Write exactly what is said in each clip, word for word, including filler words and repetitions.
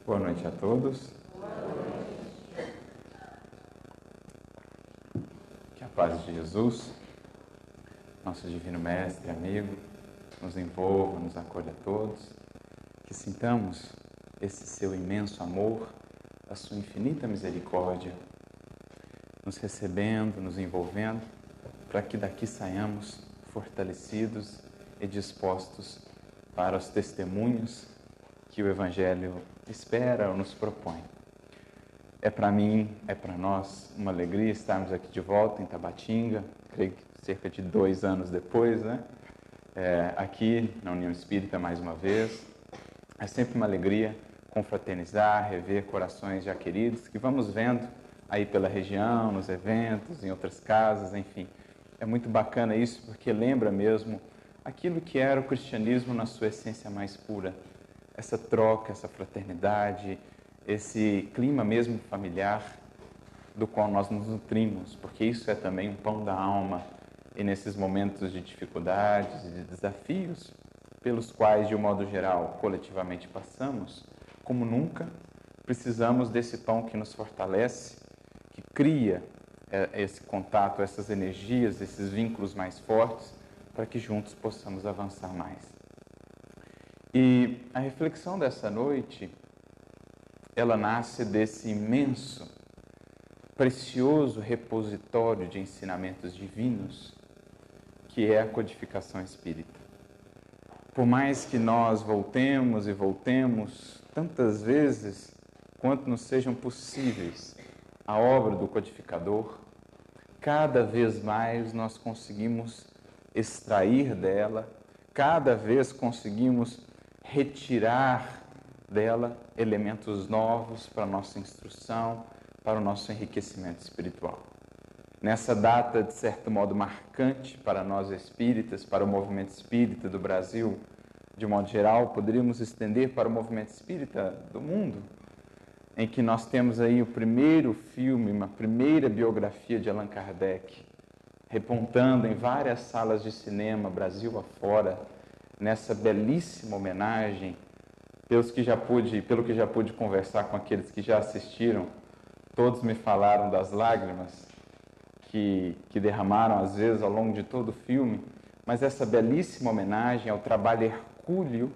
Boa noite a todos. Que a paz de Jesus, nosso divino mestre, amigo, nos envolva, nos acolha a todos. Que sintamos esse seu imenso amor, a sua infinita misericórdia, nos recebendo, nos envolvendo, para que daqui saiamos fortalecidos e dispostos para os testemunhos que o Evangelho espera ou nos propõe. É para mim, é para nós uma alegria estarmos aqui de volta em Tabatinga, creio que cerca de dois anos depois, né? É, aqui na União Espírita mais uma vez. É sempre uma alegria confraternizar, rever corações já queridos que vamos vendo aí pela região, nos eventos, em outras casas, enfim. É muito bacana isso porque lembra mesmo aquilo que era o cristianismo na sua essência mais pura. Essa troca, essa fraternidade, esse clima mesmo familiar do qual nós nos nutrimos, porque isso é também um pão da alma. E nesses momentos de dificuldades e de desafios pelos quais, de um modo geral, coletivamente passamos, como nunca, precisamos desse pão que nos fortalece, que cria esse contato, essas energias, esses vínculos mais fortes, para que juntos possamos avançar mais. E a reflexão dessa noite, ela nasce desse imenso, precioso repositório de ensinamentos divinos, que é a codificação espírita. Por mais que nós voltemos e voltemos tantas vezes quanto nos sejam possíveis a obra do codificador, cada vez mais nós conseguimos extrair dela, cada vez conseguimos retirar dela elementos novos para a nossa instrução, para o nosso enriquecimento espiritual. Nessa data, de certo modo, marcante para nós espíritas, para o movimento espírita do Brasil, de modo geral, poderíamos estender para o movimento espírita do mundo, em que nós temos aí o primeiro filme, uma primeira biografia de Allan Kardec, repontando em várias salas de cinema, Brasil afora, nessa belíssima homenagem, pelos que já pude, pelo que já pude conversar com aqueles que já assistiram, todos me falaram das lágrimas que, que derramaram, às vezes, ao longo de todo o filme, mas essa belíssima homenagem ao trabalho hercúleo,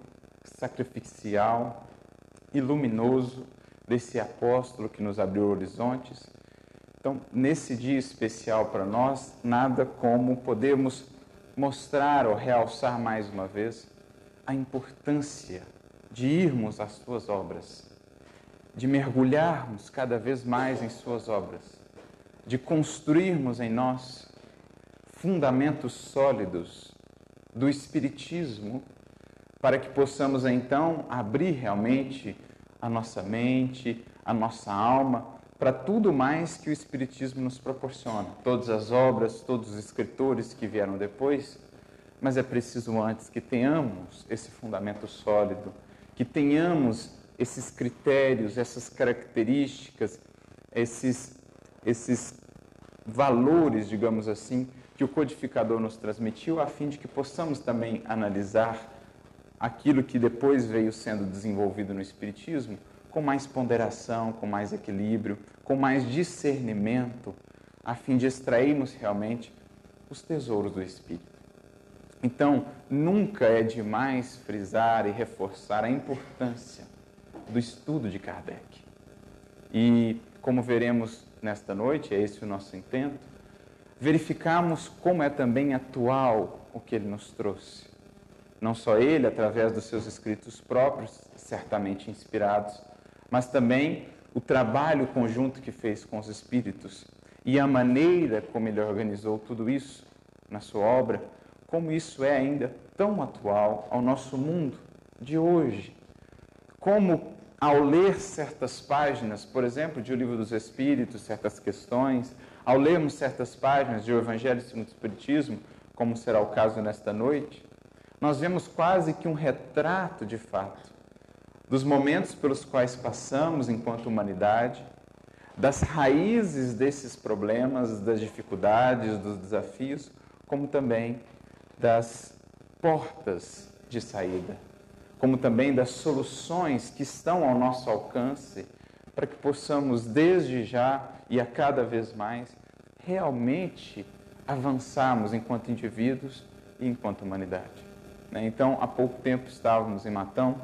sacrificial e luminoso desse apóstolo que nos abriu horizontes. Então, nesse dia especial para nós, nada como podermos mostrar ou realçar mais uma vez a importância de irmos às suas obras, de mergulharmos cada vez mais em suas obras, de construirmos em nós fundamentos sólidos do Espiritismo, para que possamos então abrir realmente a nossa mente, a nossa alma, para tudo mais que o Espiritismo nos proporciona. Todas as obras, todos os escritores que vieram depois, mas é preciso antes que tenhamos esse fundamento sólido, que tenhamos esses critérios, essas características, esses, esses valores, digamos assim, que o codificador nos transmitiu, a fim de que possamos também analisar aquilo que depois veio sendo desenvolvido no Espiritismo com mais ponderação, com mais equilíbrio, com mais discernimento, a fim de extrairmos realmente os tesouros do Espírito. Então, nunca é demais frisar e reforçar a importância do estudo de Kardec. E, como veremos nesta noite, é esse o nosso intento, verificamos como é também atual o que ele nos trouxe. Não só ele, através dos seus escritos próprios, certamente inspirados, mas também o trabalho conjunto que fez com os espíritos e a maneira como ele organizou tudo isso na sua obra, como isso é ainda tão atual ao nosso mundo de hoje. Como, ao ler certas páginas, por exemplo, de O Livro dos Espíritos, certas questões, ao lermos certas páginas de O Evangelho segundo o Espiritismo, como será o caso nesta noite, nós vemos quase que um retrato, de fato, dos momentos pelos quais passamos enquanto humanidade, das raízes desses problemas, das dificuldades, dos desafios, como também das portas de saída, como também das soluções que estão ao nosso alcance, para que possamos, desde já e a cada vez mais, realmente avançarmos enquanto indivíduos e enquanto humanidade. Então, há pouco tempo estávamos em Matão,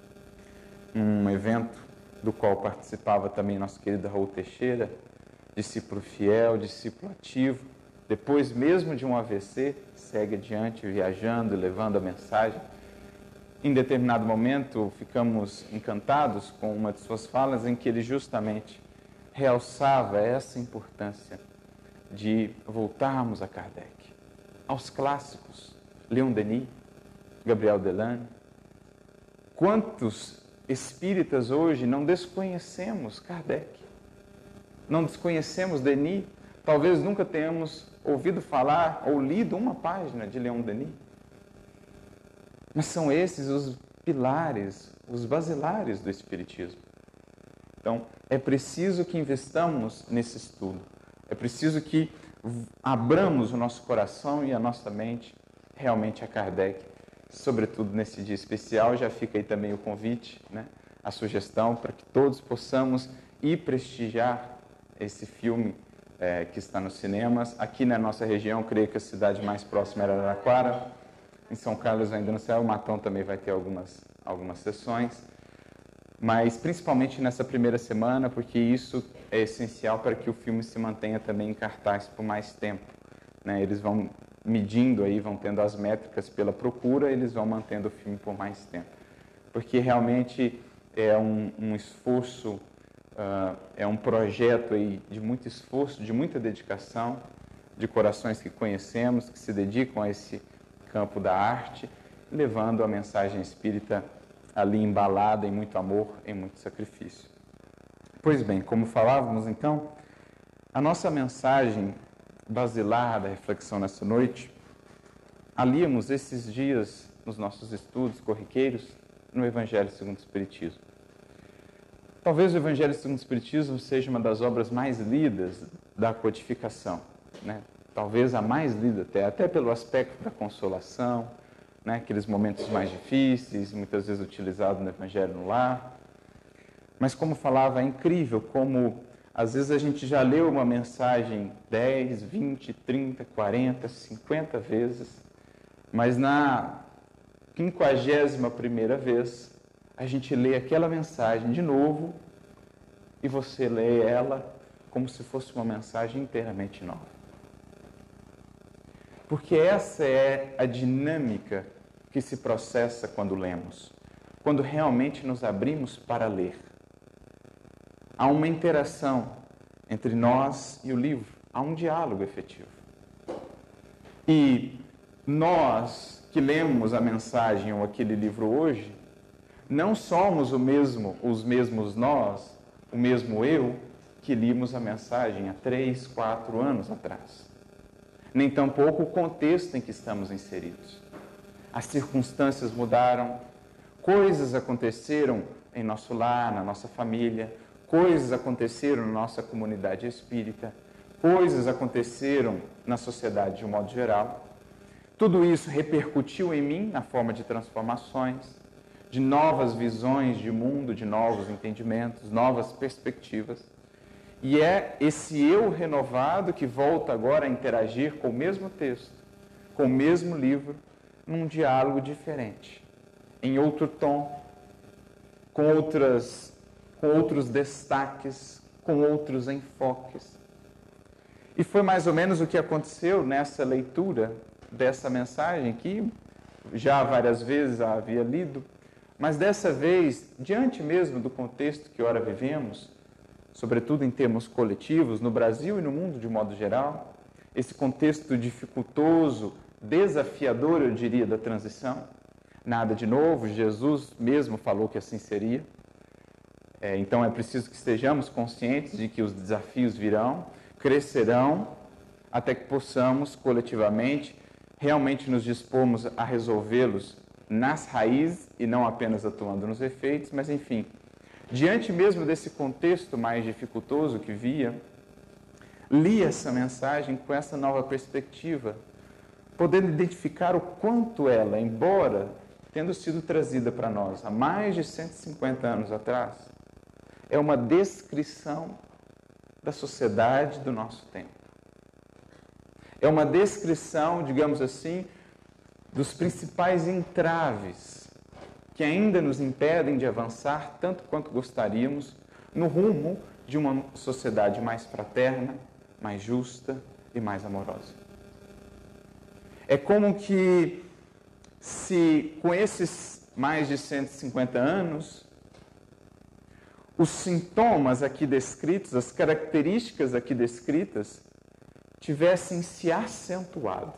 um evento do qual participava também nosso querido Raul Teixeira, discípulo fiel, discípulo ativo, depois mesmo de um A V C, segue adiante, viajando, levando a mensagem. Em determinado momento, ficamos encantados com uma de suas falas em que ele justamente realçava essa importância de voltarmos a Kardec, aos clássicos, Leon Denis, Gabriel Delane. Quantos espíritas hoje não desconhecemos Kardec? Não desconhecemos Denis? Talvez nunca tenhamos ouvido falar ou lido uma página de Leon Denis. Mas são esses os pilares, os basilares do Espiritismo. Então, é preciso que investamos nesse estudo. É preciso que abramos o nosso coração e a nossa mente realmente a Kardec. Sobretudo nesse dia especial, já fica aí também o convite, né? A sugestão para que todos possamos ir prestigiar esse filme é, que está nos cinemas. Aqui na nossa região, creio que a cidade mais próxima era Araraquara. Em São Carlos ainda não saiu, o Matão também vai ter algumas, algumas sessões. Mas principalmente nessa primeira semana, porque isso é essencial para que o filme se mantenha também em cartaz por mais tempo, né? Eles vão medindo aí, vão tendo as métricas pela procura, eles vão mantendo o filme por mais tempo. Porque realmente é um, um esforço, uh, é um projeto aí de muito esforço, de muita dedicação, de corações que conhecemos, que se dedicam a esse campo da arte, levando a mensagem espírita ali embalada em muito amor, em muito sacrifício. Pois bem, como falávamos então, a nossa mensagem basilar da reflexão nessa noite, alíamos esses dias nos nossos estudos corriqueiros no Evangelho segundo o Espiritismo. Talvez o Evangelho segundo o Espiritismo seja uma das obras mais lidas da codificação, né? Talvez a mais lida até, até pelo aspecto da consolação, né? Aqueles momentos mais difíceis, muitas vezes utilizado no Evangelho no lar. Mas como falava, é incrível como às vezes a gente já leu uma mensagem dez, vinte, trinta, quarenta, cinquenta vezes, mas na quinquagésima primeira vez a gente lê aquela mensagem de novo e você lê ela como se fosse uma mensagem inteiramente nova. Porque essa é a dinâmica que se processa quando lemos, quando realmente nos abrimos para ler. Há uma interação entre nós e o livro, há um diálogo efetivo. E nós que lemos a mensagem ou aquele livro hoje, não somos o mesmo, os mesmos nós, o mesmo eu, que limos a mensagem há três, quatro anos atrás. Nem tampouco o contexto em que estamos inseridos. As circunstâncias mudaram, coisas aconteceram em nosso lar, na nossa família, coisas aconteceram na nossa comunidade espírita, coisas aconteceram na sociedade de um modo geral. Tudo isso repercutiu em mim na forma de transformações, de novas visões de mundo, de novos entendimentos, novas perspectivas. E é esse eu renovado que volta agora a interagir com o mesmo texto, com o mesmo livro, num diálogo diferente, em outro tom, com outras, com outros destaques, com outros enfoques. E foi mais ou menos o que aconteceu nessa leitura dessa mensagem, que já várias vezes a havia lido, mas dessa vez, diante mesmo do contexto que ora vivemos, sobretudo em termos coletivos, no Brasil e no mundo de modo geral, esse contexto dificultoso, desafiador, eu diria, da transição. Nada de novo, Jesus mesmo falou que assim seria. É, então é preciso que estejamos conscientes de que os desafios virão, crescerão, até que possamos, coletivamente, realmente nos dispormos a resolvê-los nas raízes e não apenas atuando nos efeitos, mas enfim, diante mesmo desse contexto mais dificultoso que via, li essa mensagem com essa nova perspectiva, podendo identificar o quanto ela, embora tendo sido trazida para nós há mais de cento e cinquenta anos atrás, é uma descrição da sociedade do nosso tempo. É uma descrição, digamos assim, dos principais entraves que ainda nos impedem de avançar tanto quanto gostaríamos no rumo de uma sociedade mais fraterna, mais justa e mais amorosa. É como que se com esses mais de cento e cinquenta anos, os sintomas aqui descritos, as características aqui descritas, tivessem se acentuado.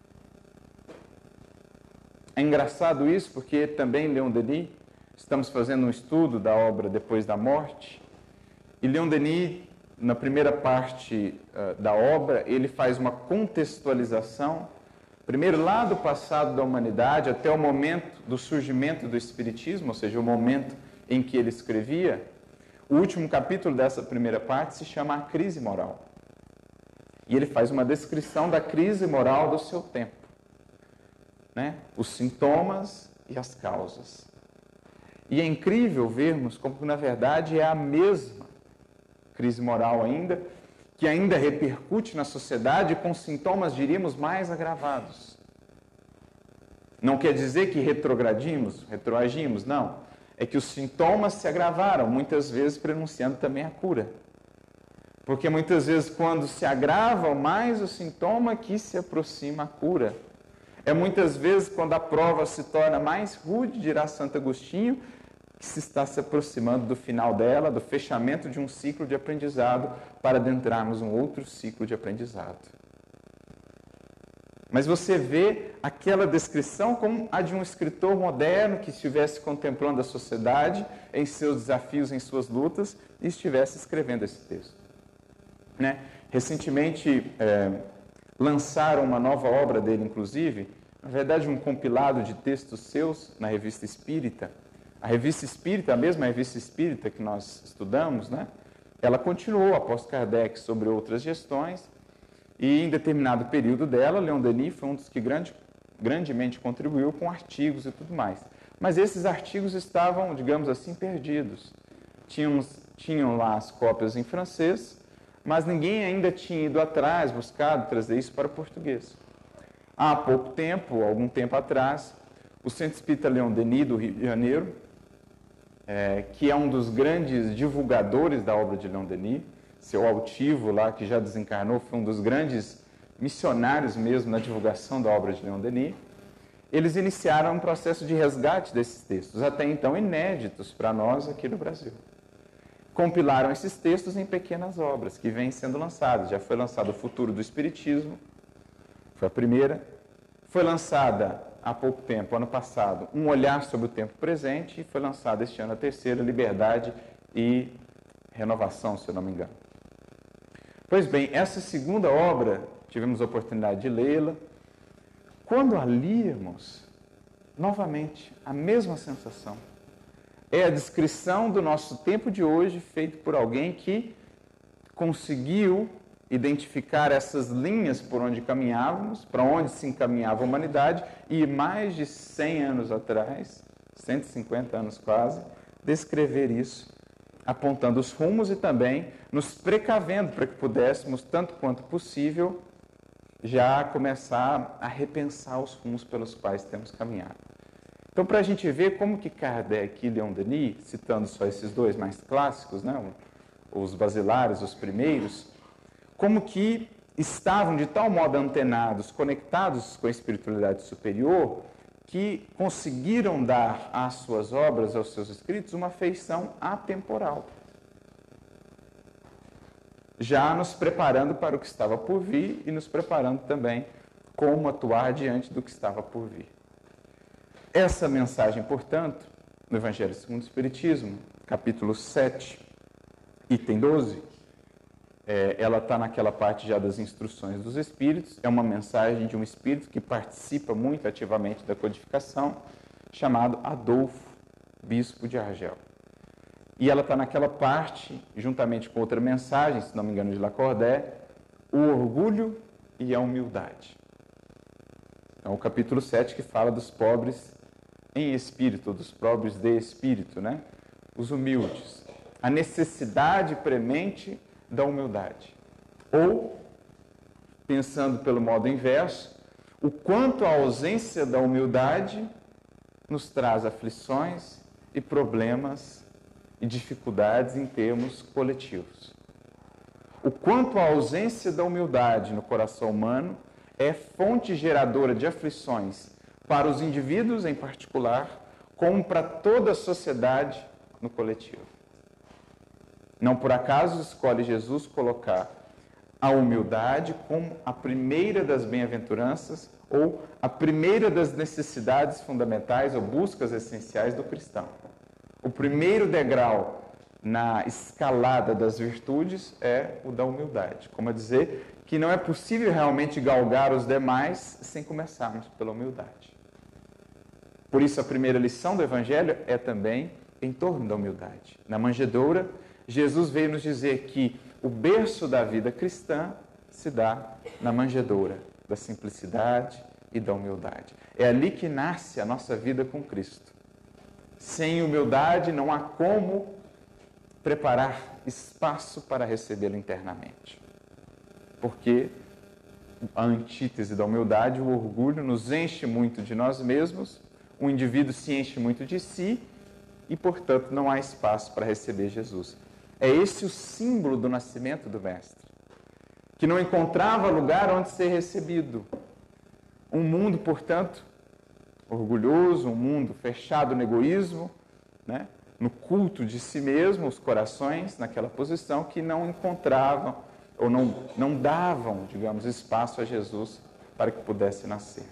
É engraçado isso, porque também Leon Denis, estamos fazendo um estudo da obra Depois da Morte, e Leon Denis, na primeira parte uh, da obra, ele faz uma contextualização, primeiro lá do passado da humanidade, até o momento do surgimento do Espiritismo, ou seja, o momento em que ele escrevia. O último capítulo dessa primeira parte se chama A Crise Moral. E ele faz uma descrição da crise moral do seu tempo, né? Os sintomas e as causas. E é incrível vermos como, na verdade, é a mesma crise moral ainda, que ainda repercute na sociedade com sintomas, diríamos, mais agravados. Não quer dizer que retrogradimos, retroagimos, não. É que os sintomas se agravaram, muitas vezes prenunciando também a cura. Porque muitas vezes, quando se agrava mais o sintoma, que se aproxima a cura. É muitas vezes, quando a prova se torna mais rude, dirá Santo Agostinho, que se está se aproximando do final dela, do fechamento de um ciclo de aprendizado, para adentrarmos um outro ciclo de aprendizado. Mas você vê aquela descrição como a de um escritor moderno que estivesse contemplando a sociedade em seus desafios, em suas lutas, e estivesse escrevendo esse texto. Né? Recentemente, é, lançaram uma nova obra dele, inclusive, na verdade um compilado de textos seus na Revista Espírita. A Revista Espírita, a mesma Revista Espírita que nós estudamos, né? Ela continuou após Kardec sobre outras gestões, e em determinado período dela, Leon Denis foi um dos que grande, grandemente contribuiu com artigos e tudo mais. Mas esses artigos estavam, digamos assim, perdidos. Tínhamos, tinham lá as cópias em francês, mas ninguém ainda tinha ido atrás, buscado trazer isso para o português. Há pouco tempo, algum tempo atrás, o Centro Espírita Leon Denis, do Rio de Janeiro, é, que é um dos grandes divulgadores da obra de Leon Denis, seu altivo lá, que já desencarnou, foi um dos grandes missionários mesmo na divulgação da obra de Leon Denis, eles iniciaram um processo de resgate desses textos, até então inéditos para nós aqui no Brasil. Compilaram esses textos em pequenas obras, que vêm sendo lançadas. Já foi lançado O Futuro do Espiritismo, foi a primeira. Foi lançada há pouco tempo, ano passado, Um Olhar sobre o Tempo Presente, e foi lançada este ano a terceira, Liberdade e Renovação, se eu não me engano. Pois bem, essa segunda obra, tivemos a oportunidade de lê-la. Quando a líamos, novamente, a mesma sensação. É a descrição do nosso tempo de hoje, feito por alguém que conseguiu identificar essas linhas por onde caminhávamos, para onde se encaminhava a humanidade, e mais de cem anos atrás, cento e cinquenta anos quase, descrever isso, apontando os rumos e também nos precavendo para que pudéssemos, tanto quanto possível, já começar a repensar os rumos pelos quais temos caminhado. Então, para a gente ver como que Kardec e Leon Denis, citando só esses dois mais clássicos, né, os basilares, os primeiros, como que estavam de tal modo antenados, conectados com a espiritualidade superior, que conseguiram dar às suas obras, aos seus escritos, uma feição atemporal. Já nos preparando para o que estava por vir e nos preparando também como atuar diante do que estava por vir. Essa mensagem, portanto, no Evangelho segundo o Espiritismo, capítulo sete, item doze, é, ela está naquela parte já das instruções dos Espíritos, é uma mensagem de um Espírito que participa muito ativamente da codificação, chamado Adolfo, Bispo de Argel. E ela está naquela parte, juntamente com outra mensagem, se não me engano, de Lacordaire, o orgulho e a humildade. É o capítulo sete que fala dos pobres em espírito, dos próprios de espírito, né? Os humildes. A necessidade premente da humildade. Ou, pensando pelo modo inverso, o quanto a ausência da humildade nos traz aflições e problemas e dificuldades em termos coletivos. O quanto a ausência da humildade no coração humano é fonte geradora de aflições para os indivíduos em particular, como para toda a sociedade no coletivo. Não por acaso escolhe Jesus colocar a humildade como a primeira das bem-aventuranças ou a primeira das necessidades fundamentais ou buscas essenciais do cristão. O primeiro degrau na escalada das virtudes é o da humildade. Como a dizer que não é possível realmente galgar os demais sem começarmos pela humildade. Por isso, a primeira lição do Evangelho é também em torno da humildade. Na manjedoura, Jesus veio nos dizer que o berço da vida cristã se dá na manjedoura da simplicidade e da humildade. É ali que nasce a nossa vida com Cristo. Sem humildade não há como preparar espaço para recebê-lo internamente. Porque a antítese da humildade, o orgulho, nos enche muito de nós mesmos, o indivíduo se enche muito de si e, portanto, não há espaço para receber Jesus. É esse o símbolo do nascimento do Mestre, que não encontrava lugar onde ser recebido. Um mundo, portanto, orgulhoso, um mundo fechado no egoísmo, né? No culto de si mesmo, os corações naquela posição que não encontravam ou não, não davam, digamos, espaço a Jesus para que pudesse nascer.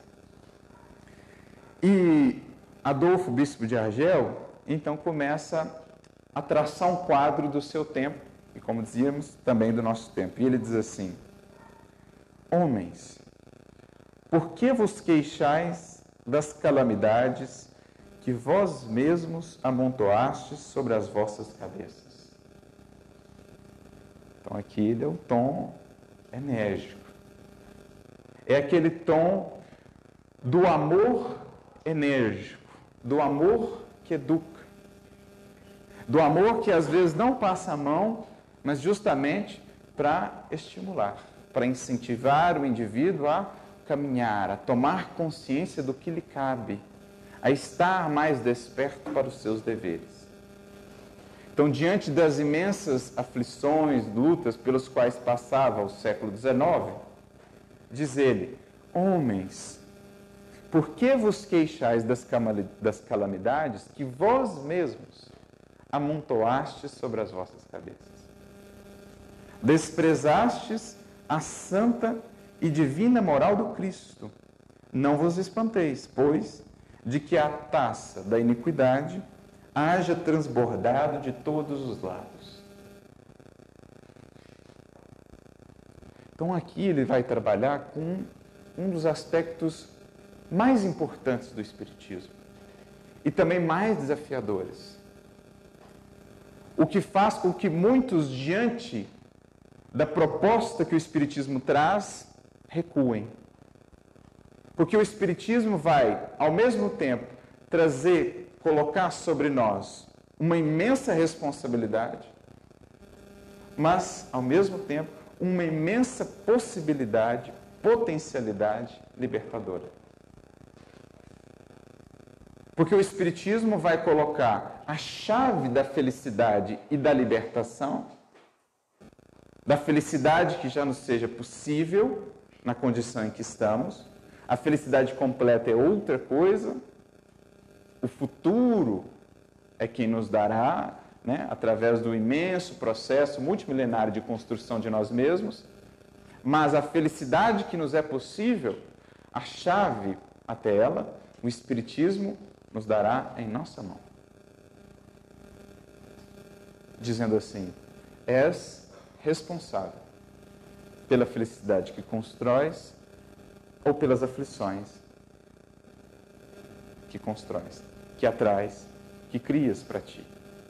E Adolfo, bispo de Argel, então começa a traçar um quadro do seu tempo, e como dizíamos, também do nosso tempo. E ele diz assim: homens, por que vos queixais das calamidades que vós mesmos amontoastes sobre as vossas cabeças? Então aqui ele é um tom enérgico. É aquele tom do amor enérgico, do amor que educa, do amor que às vezes não passa a mão, mas justamente para estimular, para incentivar o indivíduo a caminhar, a tomar consciência do que lhe cabe, a estar mais desperto para os seus deveres. Então, diante das imensas aflições, lutas pelos quais passava o século dezenove, diz ele: homens, por que vos queixais das calamidades que vós mesmos amontoastes sobre as vossas cabeças? Desprezastes a santa e divina moral do Cristo. Não vos espanteis, pois, de que a taça da iniquidade haja transbordado de todos os lados. Então aqui ele vai trabalhar com um dos aspectos mais importantes do Espiritismo e também mais desafiadores. O que faz com que muitos, diante da proposta que o Espiritismo traz, recuem. Porque o Espiritismo vai, ao mesmo tempo, trazer, colocar sobre nós uma imensa responsabilidade, mas, ao mesmo tempo, uma imensa possibilidade, potencialidade libertadora. Porque o Espiritismo vai colocar a chave da felicidade e da libertação, da felicidade que já nos seja possível na condição em que estamos. A felicidade completa é outra coisa. O futuro é quem nos dará, né, através do imenso processo multimilenário de construção de nós mesmos. Mas a felicidade que nos é possível, a chave até ela, o Espiritismo nos dará em nossa mão. Dizendo assim: és responsável pela felicidade que constróis ou pelas aflições que constróis, que atrais, que crias para ti.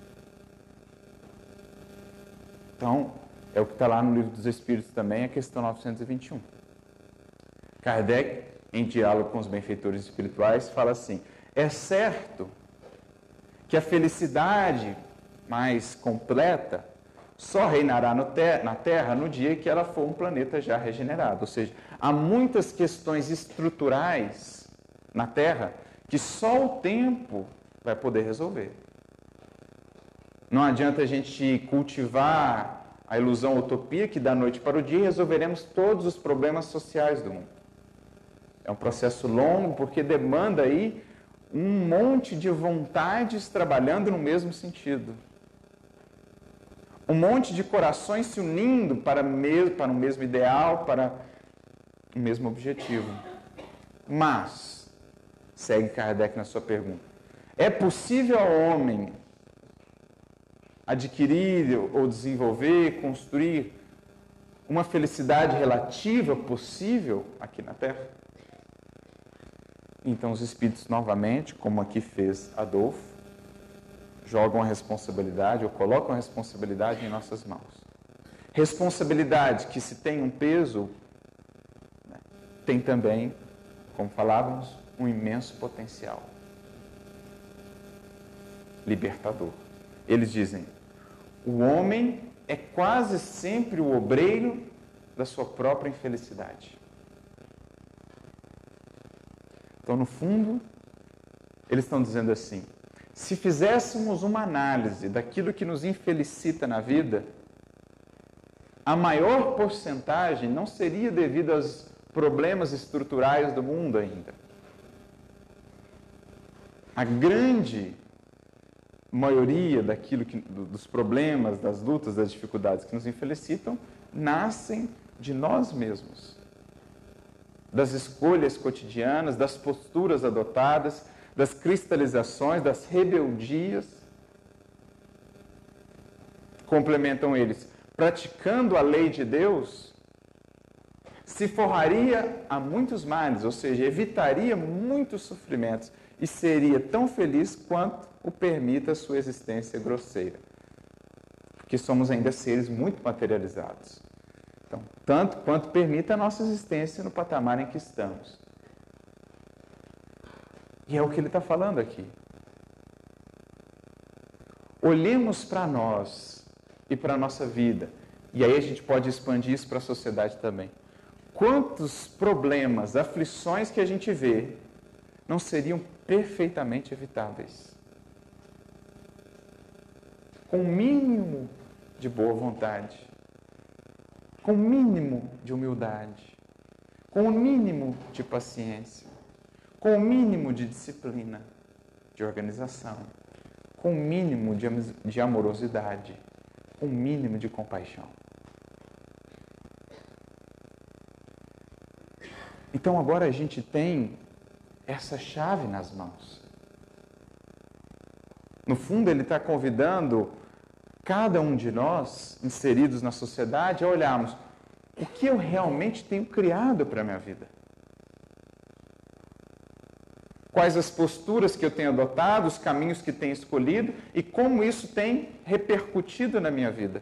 Então, é o que está lá no Livro dos Espíritos também, a questão novecentos e vinte e um. Kardec, em diálogo com os benfeitores espirituais, fala assim: É certo que a felicidade mais completa só reinará no te- na Terra no dia que ela for um planeta já regenerado. Ou seja, há muitas questões estruturais na Terra que só o tempo vai poder resolver. Não adianta a gente cultivar a ilusão utopia que da noite para o dia resolveremos todos os problemas sociais do mundo. É um processo longo porque demanda aí um monte de vontades trabalhando no mesmo sentido. Um monte de corações se unindo para, mesmo, para o mesmo ideal, para o mesmo objetivo. Mas, segue Kardec na sua pergunta, é possível ao homem adquirir ou desenvolver, construir uma felicidade relativa possível aqui na Terra? Então os espíritos novamente, como aqui fez Adolfo, jogam a responsabilidade ou colocam a responsabilidade em nossas mãos. Responsabilidade que, se tem um peso, né, tem também, como falávamos, um imenso potencial libertador. Eles dizem: o homem é quase sempre o obreiro da sua própria infelicidade. Então, no fundo, eles estão dizendo assim: se fizéssemos uma análise daquilo que nos infelicita na vida, a maior porcentagem não seria devido aos problemas estruturais do mundo ainda. A grande maioria daquilo que, dos problemas, das lutas, das dificuldades que nos infelicitam, nascem de nós mesmos. Das escolhas cotidianas, das posturas adotadas, das cristalizações, das rebeldias. Complementam eles: praticando a lei de Deus, se forraria a muitos males, ou seja, evitaria muitos sofrimentos e seria tão feliz quanto o permita a sua existência grosseira. Porque somos ainda seres muito materializados. Então, tanto quanto permita a nossa existência no patamar em que estamos. E é o que ele está falando aqui. Olhemos para nós e para a nossa vida, e aí a gente pode expandir isso para a sociedade também. Quantos problemas, aflições que a gente vê não seriam perfeitamente evitáveis? Com o mínimo de boa vontade, com o mínimo de humildade, com o mínimo de paciência, com o mínimo de disciplina, de organização, com o mínimo de, de amorosidade, com o mínimo de compaixão. Então agora a gente tem essa chave nas mãos. No fundo, ele está convidando cada um de nós, inseridos na sociedade, a olharmos o que eu realmente tenho criado para a minha vida. Quais as posturas que eu tenho adotado, os caminhos que tenho escolhido e como isso tem repercutido na minha vida.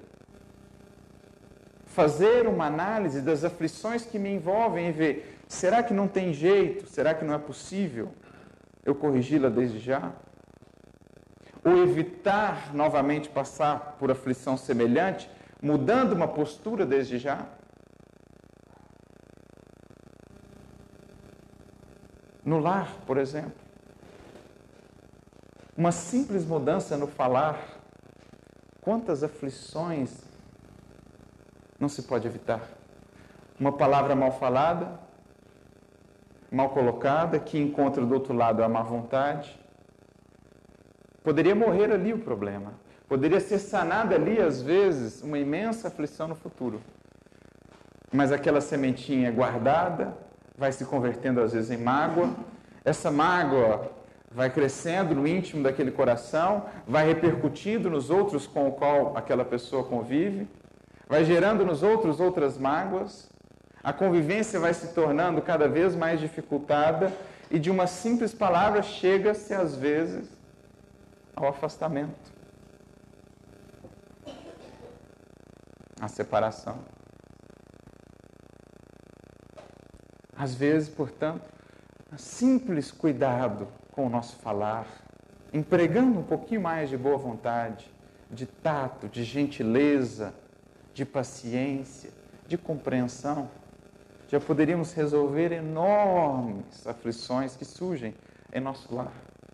Fazer uma análise das aflições que me envolvem e ver, será que não tem jeito? Será que não é possível eu corrigi-la desde já? Ou evitar novamente passar por aflição semelhante, mudando uma postura desde já? No lar, por exemplo, uma simples mudança no falar, quantas aflições não se pode evitar? Uma palavra mal falada, mal colocada, que encontra do outro lado a má vontade. Poderia morrer ali o problema. Poderia ser sanada ali, às vezes, uma imensa aflição no futuro. Mas aquela sementinha guardada vai se convertendo, às vezes, em mágoa. Essa mágoa vai crescendo no íntimo daquele coração, vai repercutindo nos outros com o qual aquela pessoa convive, vai gerando nos outros outras mágoas. A convivência vai se tornando cada vez mais dificultada e de uma simples palavra chega-se, às vezes, ao afastamento, à separação. Às vezes, portanto, um simples cuidado com o nosso falar, empregando um pouquinho mais de boa vontade, de tato, de gentileza, de paciência, de compreensão, já poderíamos resolver enormes aflições que surgem em nosso lar.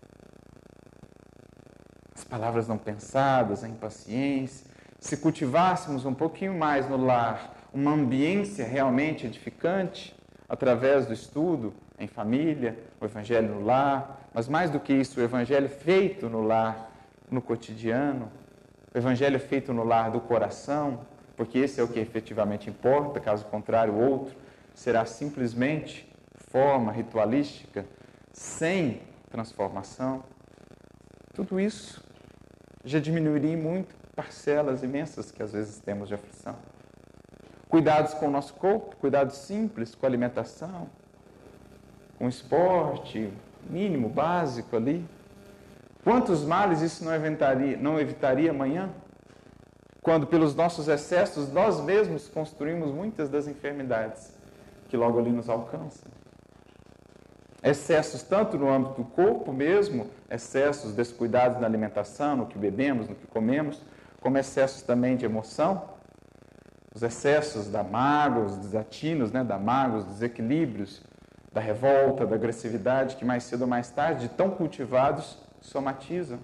As palavras não pensadas, a impaciência, se cultivássemos um pouquinho mais no lar uma ambiência realmente edificante, através do estudo em família, o Evangelho no lar, mas mais do que isso, o Evangelho feito no lar, no cotidiano, o Evangelho feito no lar do coração, porque esse é o que efetivamente importa, caso contrário, o outro será simplesmente forma ritualística, sem transformação. Tudo isso já diminuiria muito parcelas imensas que às vezes temos de aflição. Cuidados com o nosso corpo, cuidados simples com a alimentação, com o esporte mínimo, básico ali. Quantos males isso não evitaria, não evitaria amanhã? Quando pelos nossos excessos nós mesmos construímos muitas das enfermidades que logo ali nos alcançam. Excessos tanto no âmbito do corpo mesmo, excessos descuidados na alimentação, no que bebemos, no que comemos, como excessos também de emoção, os excessos da mágoa, os desatinos, né, da mágoa, os desequilíbrios, da revolta, da agressividade, que mais cedo ou mais tarde, de tão cultivados, somatizam.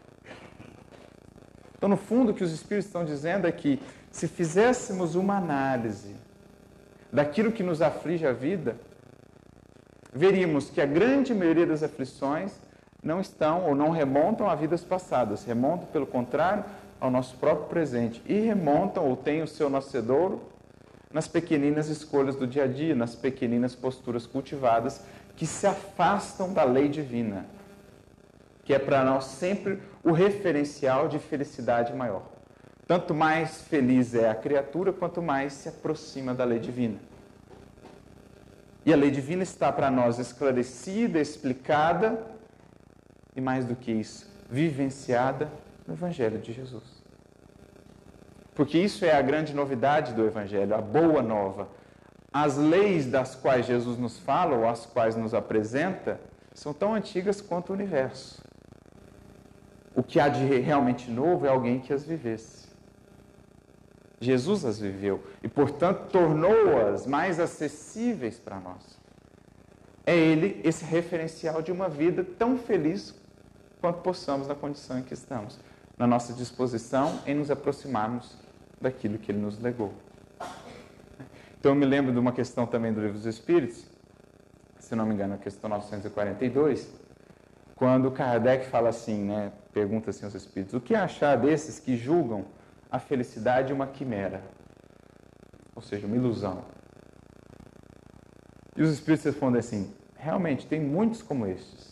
Então, no fundo, o que os Espíritos estão dizendo é que, se fizéssemos uma análise daquilo que nos aflige a vida, veríamos que a grande maioria das aflições não estão ou não remontam a vidas passadas, remontam, pelo contrário, ao nosso próprio presente e remontam ou têm o seu nascedouro nas pequeninas escolhas do dia a dia, nas pequeninas posturas cultivadas que se afastam da lei divina, que é para nós sempre o referencial de felicidade maior. Tanto mais feliz é a criatura, quanto mais se aproxima da lei divina. E a lei divina está para nós esclarecida, explicada e, mais do que isso, vivenciada no Evangelho de Jesus. Porque isso é a grande novidade do Evangelho, a boa nova. As leis das quais Jesus nos fala, ou as quais nos apresenta, são tão antigas quanto o universo. O que há de realmente novo é alguém que as vivesse. Jesus as viveu e, portanto, tornou-as mais acessíveis para nós. É Ele esse referencial de uma vida tão feliz quanto possamos na condição em que estamos, na nossa disposição em nos aproximarmos daquilo que Ele nos legou. Então, eu me lembro de uma questão também do Livro dos Espíritos, se não me engano, a questão novecentos e quarenta e dois, quando Kardec fala assim, né, pergunta assim aos Espíritos, o que achar desses que julgam a felicidade uma quimera, ou seja, uma ilusão? E os Espíritos respondem assim, realmente, tem muitos como estes.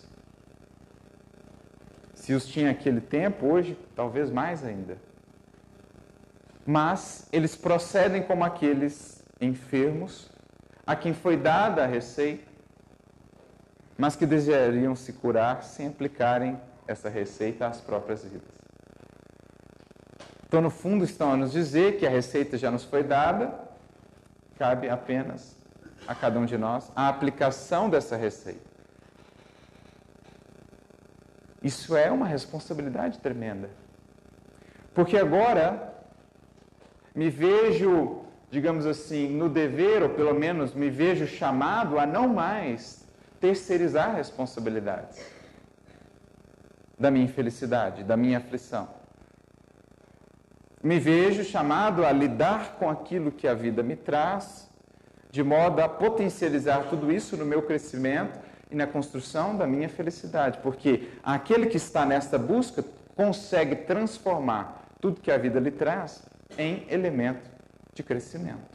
Se os tinha aquele tempo, hoje, talvez mais ainda. Mas eles procedem como aqueles enfermos a quem foi dada a receita, mas que desejariam se curar sem aplicarem essa receita às próprias vidas. Então, no fundo, estão a nos dizer que a receita já nos foi dada, cabe apenas a cada um de nós a aplicação dessa receita. Isso é uma responsabilidade tremenda. Porque agora me vejo, digamos assim, no dever, ou pelo menos me vejo chamado a não mais terceirizar responsabilidades da minha infelicidade, da minha aflição. Me vejo chamado a lidar com aquilo que a vida me traz, de modo a potencializar tudo isso no meu crescimento e na construção da minha felicidade, porque aquele que está nesta busca consegue transformar tudo que a vida lhe traz em elemento de crescimento.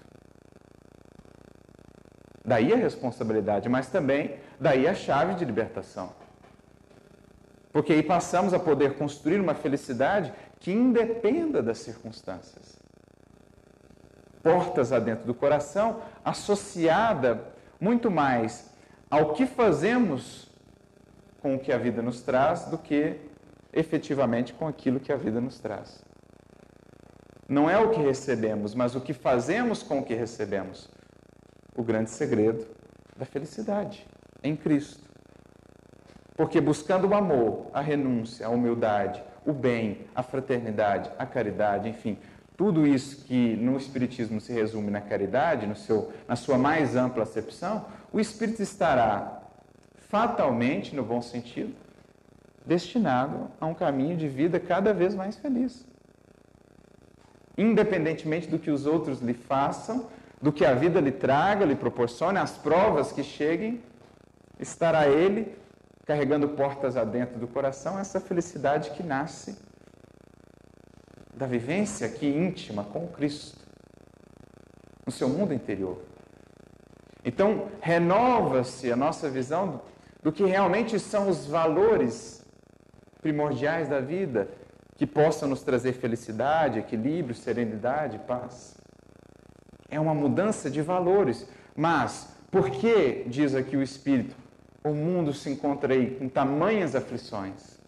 Daí a responsabilidade, mas também daí a chave de libertação. Porque aí passamos a poder construir uma felicidade que independa das circunstâncias. Portas adentro do coração, associada muito mais ao que fazemos com o que a vida nos traz do que efetivamente com aquilo que a vida nos traz. Não é o que recebemos, mas o que fazemos com o que recebemos. O grande segredo da felicidade em Cristo. Porque buscando o amor, a renúncia, a humildade, o bem, a fraternidade, a caridade, enfim, tudo isso que no Espiritismo se resume na caridade, no seu, na sua mais ampla acepção, o espírito estará fatalmente, no bom sentido, destinado a um caminho de vida cada vez mais feliz. Independentemente do que os outros lhe façam, do que a vida lhe traga, lhe proporcione, as provas que cheguem, estará ele carregando portas adentro do coração essa felicidade que nasce da vivência aqui íntima com Cristo, no seu mundo interior. Então, renova-se a nossa visão do que realmente são os valores primordiais da vida, que possam nos trazer felicidade, equilíbrio, serenidade, paz. É uma mudança de valores. Mas, por que, diz aqui o Espírito, o mundo se encontra aí com tamanhas aflições,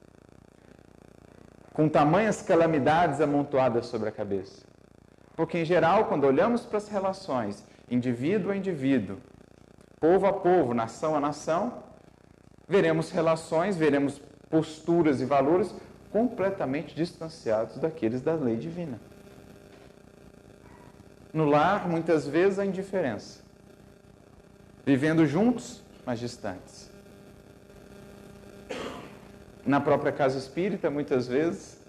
com tamanhas calamidades amontoadas sobre a cabeça? Porque, em geral, quando olhamos para as relações, indivíduo a indivíduo, povo a povo, nação a nação, veremos relações, veremos posturas e valores completamente distanciados daqueles da lei divina. No lar, muitas vezes, a indiferença. Vivendo juntos, mas distantes. Na própria casa espírita, muitas vezes,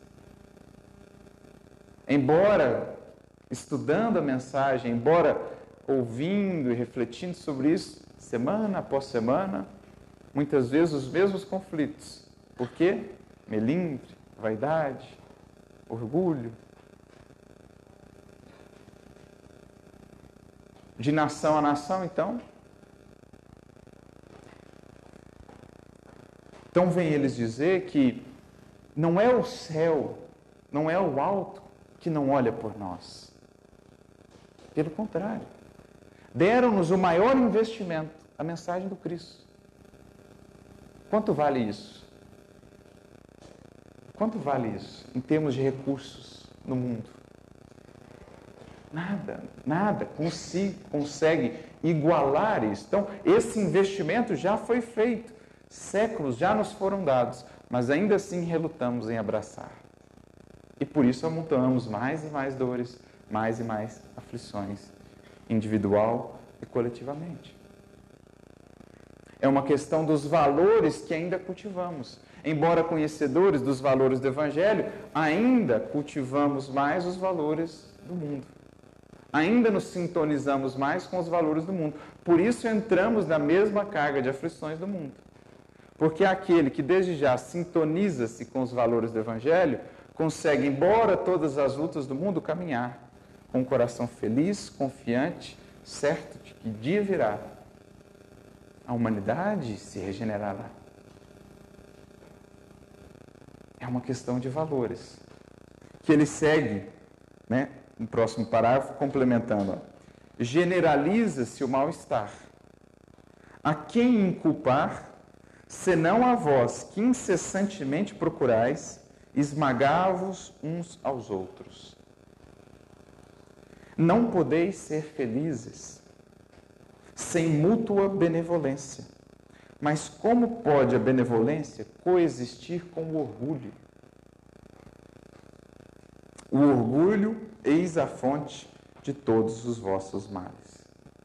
embora estudando a mensagem, embora ouvindo e refletindo sobre isso, semana após semana, muitas vezes os mesmos conflitos. Por quê? Melindre, vaidade, orgulho. De nação a nação, então. Então vem eles dizer que não é o céu, não é o alto que não olha por nós. Pelo contrário. Deram-nos o maior investimento, a mensagem do Cristo. Quanto vale isso? Quanto vale isso em termos de recursos no mundo? Nada, nada consigo, consegue igualar isso. Então, esse investimento já foi feito, séculos já nos foram dados, mas ainda assim relutamos em abraçar. E por isso amontoamos mais e mais dores, mais e mais aflições, individual e coletivamente. É uma questão dos valores que ainda cultivamos. Embora conhecedores dos valores do Evangelho, ainda cultivamos mais os valores do mundo. Ainda nos sintonizamos mais com os valores do mundo. Por isso entramos na mesma carga de aflições do mundo. Porque aquele que desde já sintoniza-se com os valores do Evangelho, consegue, embora todas as lutas do mundo, caminhar com um coração feliz, confiante, certo de que dia virá. A humanidade se regenerará. É uma questão de valores. Que ele segue, né, no próximo parágrafo, complementando. Generaliza-se o mal-estar. A quem inculpar, senão a vós que incessantemente procurais esmagar-vos uns aos outros? Não podeis ser felizes sem mútua benevolência. Mas como pode a benevolência coexistir com o orgulho? O orgulho, eis a fonte de todos os vossos males.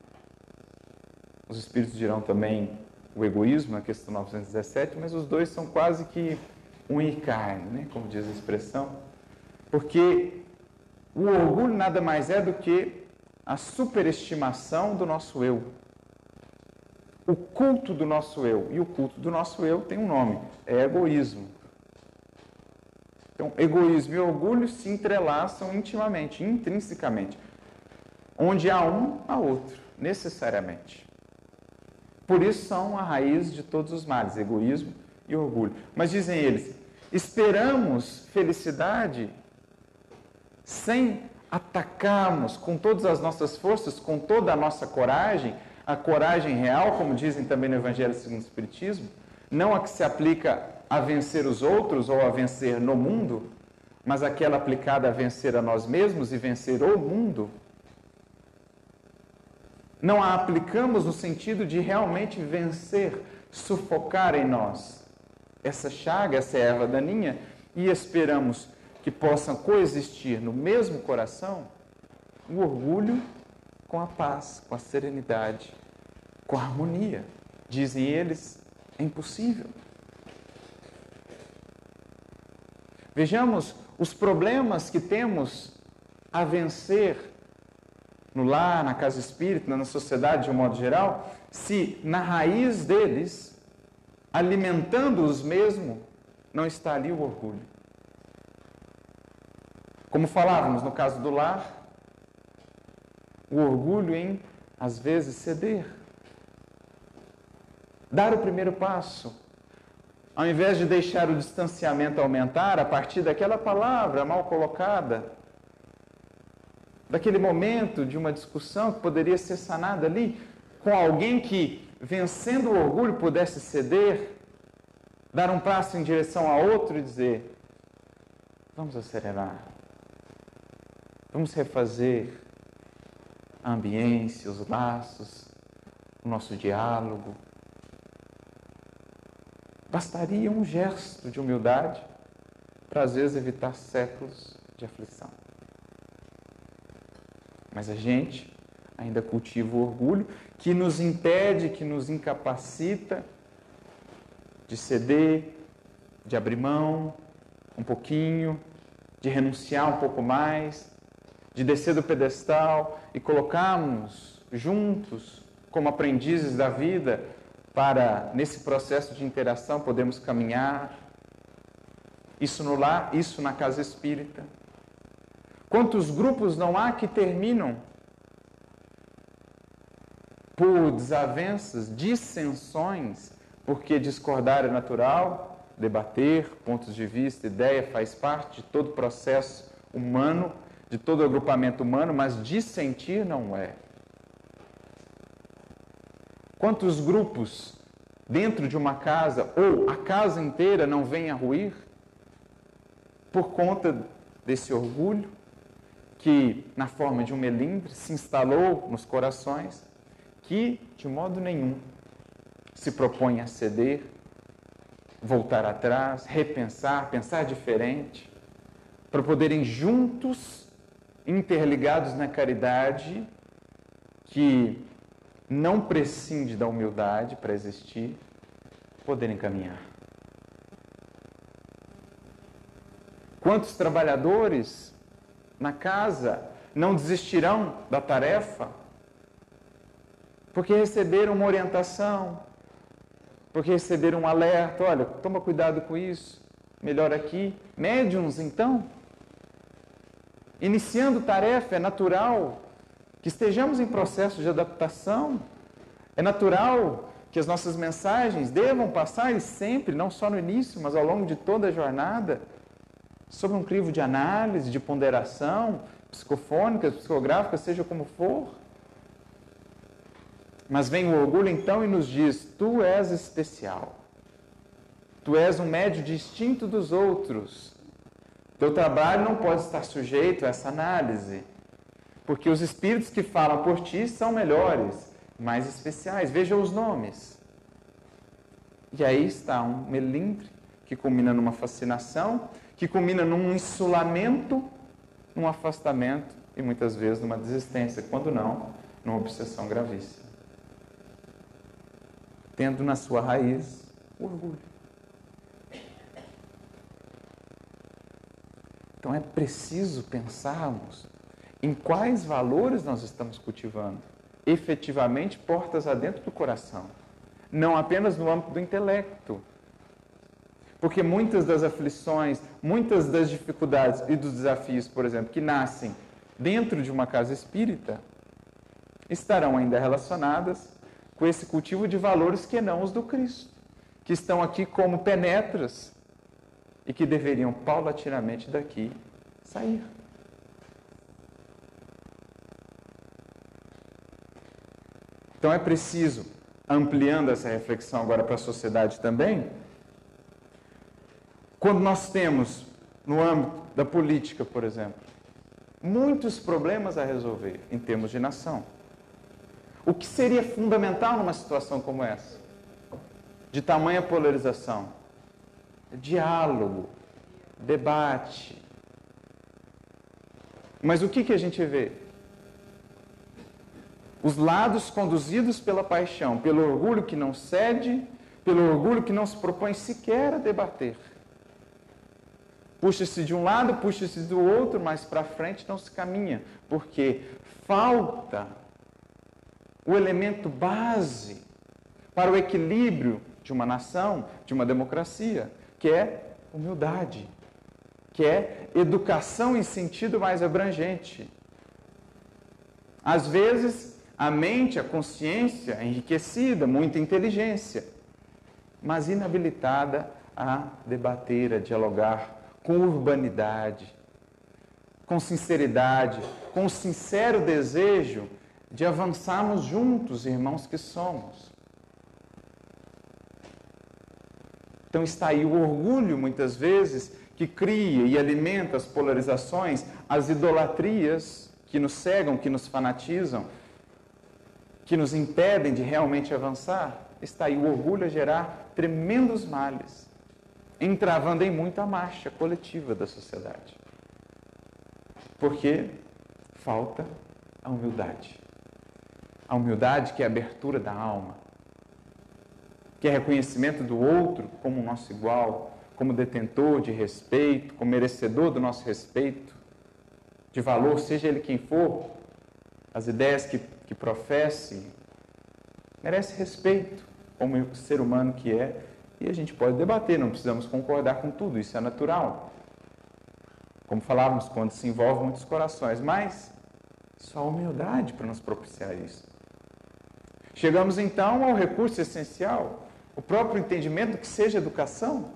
Os Espíritos dirão também o egoísmo, na questão novecentos e dezessete, mas os dois são quase que um e carne, né? Como diz a expressão. Porque o orgulho nada mais é do que a superestimação do nosso eu. O culto do nosso eu. E o culto do nosso eu tem um nome, é egoísmo. Então, egoísmo e orgulho se entrelaçam intimamente, intrinsecamente. Onde há um, há outro, necessariamente. Por isso são a raiz de todos os males, egoísmo e orgulho. Mas dizem eles, esperamos felicidade sem atacarmos com todas as nossas forças, com toda a nossa coragem, a coragem real, como dizem também no Evangelho segundo o Espiritismo, não a que se aplica a vencer os outros ou a vencer no mundo, mas aquela aplicada a vencer a nós mesmos e vencer o mundo. Não a aplicamos no sentido de realmente vencer, sufocar em nós essa chaga, essa erva daninha, e esperamos que possam coexistir no mesmo coração o orgulho com a paz, com a serenidade, com a harmonia. Dizem eles, é impossível. Vejamos os problemas que temos a vencer no lar, na casa espírita, na sociedade de um modo geral, se na raiz deles, alimentando-os mesmo, não está ali o orgulho. Como falávamos no caso do lar, o orgulho em, às vezes, ceder. Dar o primeiro passo. Ao invés de deixar o distanciamento aumentar a partir daquela palavra mal colocada, daquele momento de uma discussão que poderia ser sanada ali, com alguém que, vencendo o orgulho, pudesse ceder, dar um passo em direção a outro e dizer, vamos acelerar, vamos refazer a ambiência, os laços, o nosso diálogo. Bastaria um gesto de humildade para, às vezes, evitar séculos de aflição. Mas a gente ainda cultiva o orgulho que nos impede, que nos incapacita de ceder, de abrir mão um pouquinho, de renunciar um pouco mais, de descer do pedestal e colocarmos juntos, como aprendizes da vida, para, nesse processo de interação, podermos caminhar. Isso no lar, isso na casa espírita. Quantos grupos não há que terminam por desavenças, dissensões, porque discordar é natural, debater pontos de vista, ideia, faz parte de todo processo humano, de todo agrupamento humano, mas dissentir não é. Quantos grupos dentro de uma casa, ou a casa inteira não vem a ruir, por conta desse orgulho, que na forma de um melindre se instalou nos corações, que de modo nenhum se propõe a ceder, voltar atrás, repensar, pensar diferente, para poderem juntos, interligados na caridade, que não prescinde da humildade para existir, poderem caminhar. Quantos trabalhadores na casa não desistirão da tarefa porque receberam uma orientação, porque receberam um alerta, olha, toma cuidado com isso, melhor aqui. Médiuns, então, iniciando tarefa, é natural que estejamos em processo de adaptação, é natural que as nossas mensagens devam passar, e sempre, não só no início, mas ao longo de toda a jornada, sobre um crivo de análise, de ponderação, psicofônica, psicográfica, seja como for. Mas vem o orgulho então e nos diz, tu és especial, tu és um médio distinto dos outros, teu trabalho não pode estar sujeito a essa análise, porque os espíritos que falam por ti são melhores, mais especiais, veja os nomes. E aí está um melindre que culmina numa fascinação, que culmina num insulamento, num afastamento e muitas vezes numa desistência, quando não, numa obsessão gravíssima. Tendo na sua raiz o orgulho. Então é preciso pensarmos em quais valores nós estamos cultivando, efetivamente portas adentro do coração, não apenas no âmbito do intelecto. Porque muitas das aflições, muitas das dificuldades e dos desafios, por exemplo, que nascem dentro de uma casa espírita, estarão ainda relacionadas com esse cultivo de valores que não os do Cristo, que estão aqui como penetras e que deveriam paulatinamente daqui sair. Então é preciso, ampliando essa reflexão agora para a sociedade também, quando nós temos, no âmbito da política, por exemplo, muitos problemas a resolver em termos de nação. O que seria fundamental numa situação como essa? de tamanha polarização? É diálogo, debate. Mas o que, que a gente vê? Os lados conduzidos pela paixão, pelo orgulho que não cede, pelo orgulho que não se propõe sequer a debater. Puxa-se de um lado, puxa-se do outro, mas para frente não se caminha, porque falta o elemento base para o equilíbrio de uma nação, de uma democracia, que é humildade, que é educação em sentido mais abrangente. Às vezes, a mente, a consciência é enriquecida, muita inteligência, mas inabilitada a debater, a dialogar com urbanidade, com sinceridade, com o sincero desejo de avançarmos juntos, irmãos que somos. Então está aí o orgulho, muitas vezes, que cria e alimenta as polarizações, as idolatrias que nos cegam, que nos fanatizam, que nos impedem de realmente avançar. Está aí o orgulho a gerar tremendos males, entravando em muito a marcha coletiva da sociedade. Porque falta a humildade. A humildade que é a abertura da alma, que é reconhecimento do outro como nosso igual, como detentor de respeito, como merecedor do nosso respeito, de valor, seja ele quem for, as ideias que, que professe, merece respeito como ser humano que é, e a gente pode debater, não precisamos concordar com tudo, isso é natural. Como falávamos, quando se envolve muitos corações, mas só a humildade para nos propiciar isso. Chegamos então ao recurso essencial, o próprio entendimento que seja educação,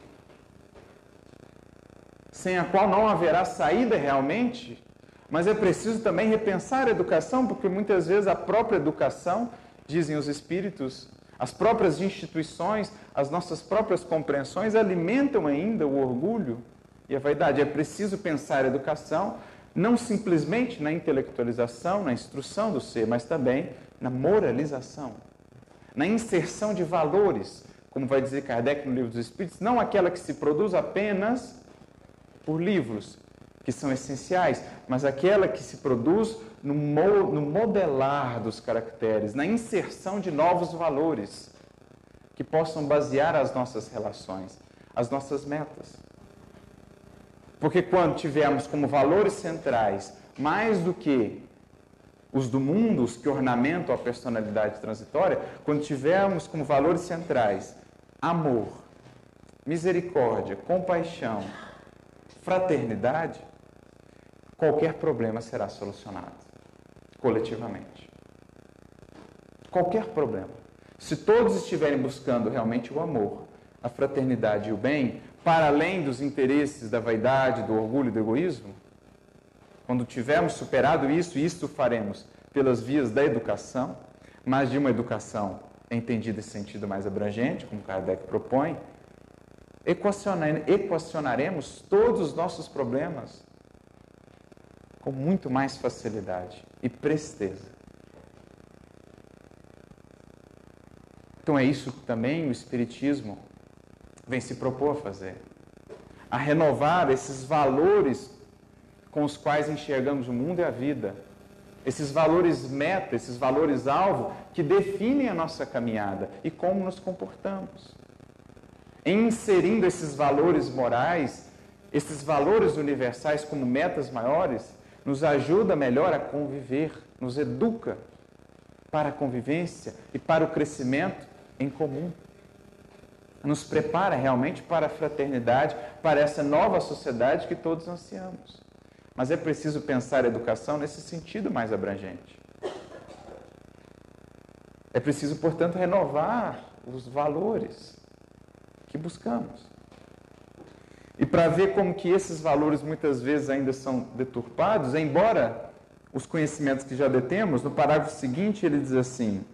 sem a qual não haverá saída realmente, mas é preciso também repensar a educação, porque muitas vezes a própria educação, dizem os espíritos, as próprias instituições, as nossas próprias compreensões alimentam ainda o orgulho e a vaidade. É preciso pensar a educação não simplesmente na intelectualização, na instrução do ser, mas também na moralização, na inserção de valores, como vai dizer Kardec no Livro dos Espíritos, não aquela que se produz apenas por livros, que são essenciais, mas aquela que se produz no, mo no modelar dos caracteres, na inserção de novos valores, que possam basear as nossas relações, as nossas metas. Porque quando tivermos como valores centrais, mais do que os do mundo, os que ornamentam a personalidade transitória, quando tivermos como valores centrais amor, misericórdia, compaixão, fraternidade, qualquer problema será solucionado coletivamente. Qualquer problema. Se todos estiverem buscando realmente o amor, a fraternidade e o bem, para além dos interesses da vaidade, do orgulho e do egoísmo, quando tivermos superado isso, isso faremos pelas vias da educação, mas de uma educação entendida em sentido mais abrangente, como Kardec propõe, equacionaremos todos os nossos problemas com muito mais facilidade e presteza. Então é isso que também o Espiritismo vem se propor a fazer, a renovar esses valores com os quais enxergamos o mundo e a vida, esses valores meta, esses valores alvo que definem a nossa caminhada e como nos comportamos. Em inserindo esses valores morais, esses valores universais como metas maiores, nos ajuda melhor a conviver, nos educa para a convivência e para o crescimento em comum. Nos prepara realmente para a fraternidade, para essa nova sociedade que todos ansiamos. Mas é preciso pensar a educação nesse sentido mais abrangente. É preciso, portanto, renovar os valores que buscamos. E para ver como que esses valores muitas vezes ainda são deturpados, embora os conhecimentos que já detemos, no parágrafo seguinte ele diz assim: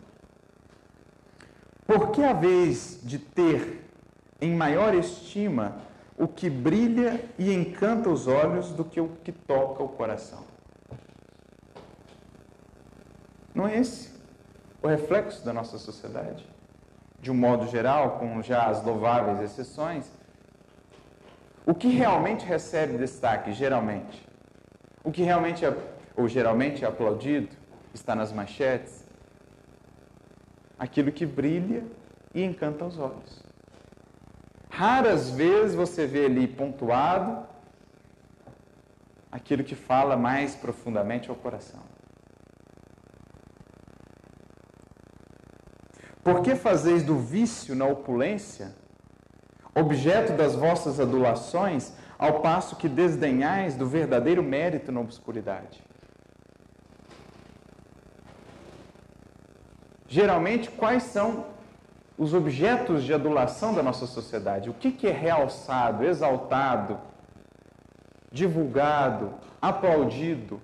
por que a vez de ter em maior estima o que brilha e encanta os olhos do que o que toca o coração? Não é esse o reflexo da nossa sociedade? de um modo geral, com já as louváveis exceções, o que realmente recebe destaque, geralmente? O que realmente é, ou geralmente é aplaudido, está nas manchetes? Aquilo que brilha e encanta os olhos. Raras vezes você vê ali pontuado aquilo que fala mais profundamente ao coração. Por que fazeis do vício na opulência objeto das vossas adulações, ao passo que desdenhais do verdadeiro mérito na obscuridade? Geralmente, quais são os objetos de adulação da nossa sociedade? O que, que é realçado, exaltado, divulgado, aplaudido?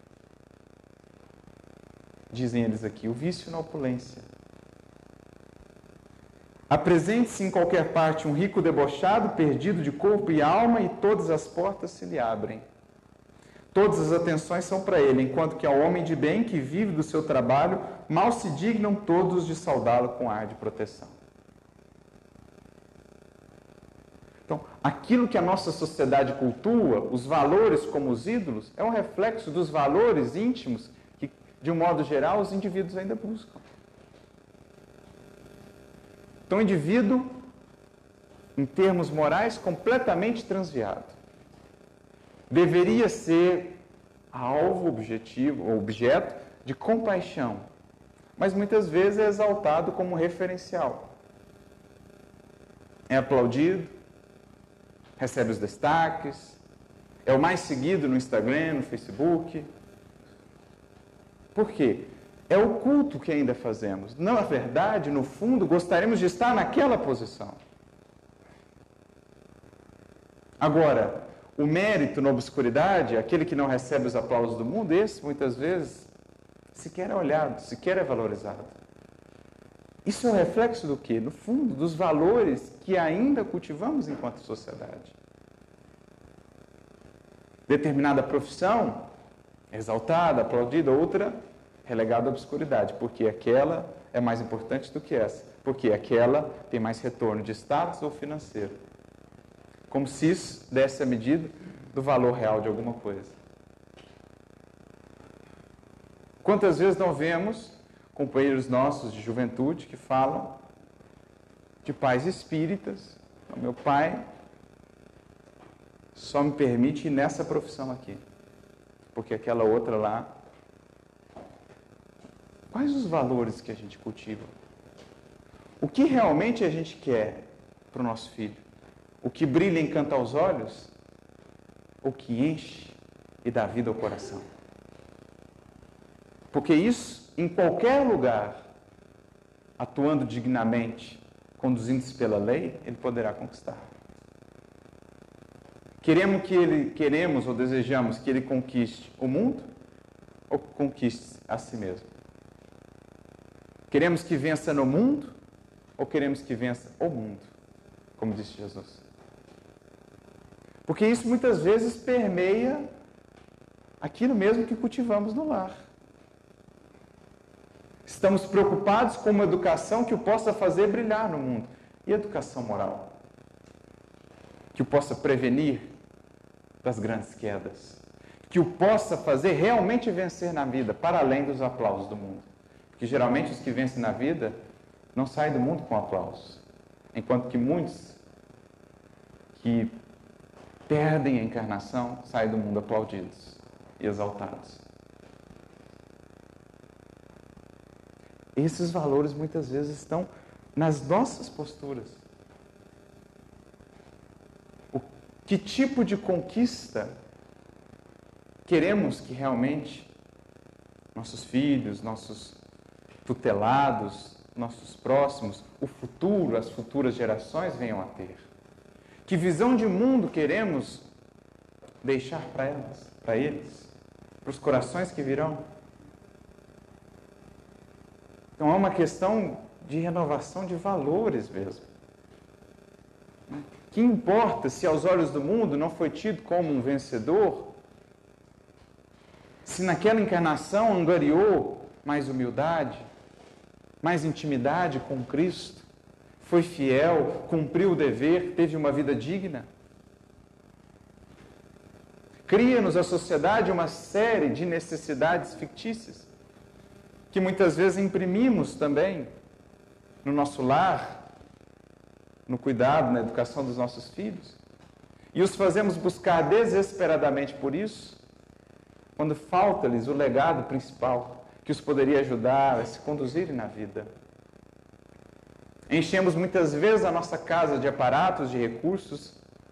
Dizem eles aqui, o vício na opulência. Apresente-se em qualquer parte um rico debochado, perdido de corpo e alma, e todas as portas se lhe abrem. Todas as atenções são para ele, enquanto que ao homem de bem que vive do seu trabalho, mal se dignam todos de saudá-lo com ar de proteção. Então, aquilo que a nossa sociedade cultua, os valores como os ídolos, é um reflexo dos valores íntimos que, de um modo geral, os indivíduos ainda buscam. Então, o indivíduo, em termos morais, completamente transviado. Deveria ser alvo, objetivo, ou objeto de compaixão, mas muitas vezes é exaltado como referencial. É aplaudido, recebe os destaques, é o mais seguido no Instagram, no Facebook. Por quê? É o culto que ainda fazemos. Na verdade, no fundo, gostaríamos de estar naquela posição. Agora, o mérito na obscuridade, aquele que não recebe os aplausos do mundo, esse, muitas vezes, sequer é olhado, sequer é valorizado. Isso é um reflexo do quê? No fundo, dos valores que ainda cultivamos enquanto sociedade. Determinada profissão, exaltada, aplaudida, outra relegada à obscuridade, porque aquela é mais importante do que essa, porque aquela tem mais retorno de status ou financeiro. Como se isso desse a medida do valor real de alguma coisa. Quantas vezes não vemos companheiros nossos de juventude que falam de pais espíritas, o meu pai só me permite ir nessa profissão aqui, porque aquela outra lá. Quais os valores que a gente cultiva? O que realmente a gente quer para o nosso filho? O que brilha e encanta aos olhos? O que enche e dá vida ao coração? Porque isso, em qualquer lugar, atuando dignamente, conduzindo-se pela lei, ele poderá conquistar. Queremos que ele, queremos ou desejamos que ele conquiste o mundo ou conquiste a si mesmo? Queremos que vença no mundo ou queremos que vença o mundo, como disse Jesus? Porque isso muitas vezes permeia aquilo mesmo que cultivamos no lar. Estamos preocupados com uma educação que o possa fazer brilhar no mundo. E educação moral? Que o possa prevenir das grandes quedas. Que o possa fazer realmente vencer na vida, para além dos aplausos do mundo. Porque geralmente os que vencem na vida não saem do mundo com aplausos. Enquanto que muitos que perdem a encarnação saem do mundo aplaudidos e exaltados. Esses valores muitas vezes estão nas nossas posturas. O que tipo de conquista queremos que realmente nossos filhos, nossos tutelados, nossos próximos, o futuro, as futuras gerações venham a ter? Que visão de mundo queremos deixar para elas, para eles, para os corações que virão? Então é uma questão de renovação de valores mesmo. Que importa se aos olhos do mundo não foi tido como um vencedor, se naquela encarnação angariou mais humildade, mais intimidade com Cristo, foi fiel, cumpriu o dever, teve uma vida digna. Cria-nos a sociedade uma série de necessidades fictícias, que muitas vezes imprimimos também no nosso lar, no cuidado, na educação dos nossos filhos, e os fazemos buscar desesperadamente por isso, quando falta-lhes o legado principal, que os poderia ajudar a se conduzirem na vida. Enchemos muitas vezes a nossa casa de aparatos, de recursos,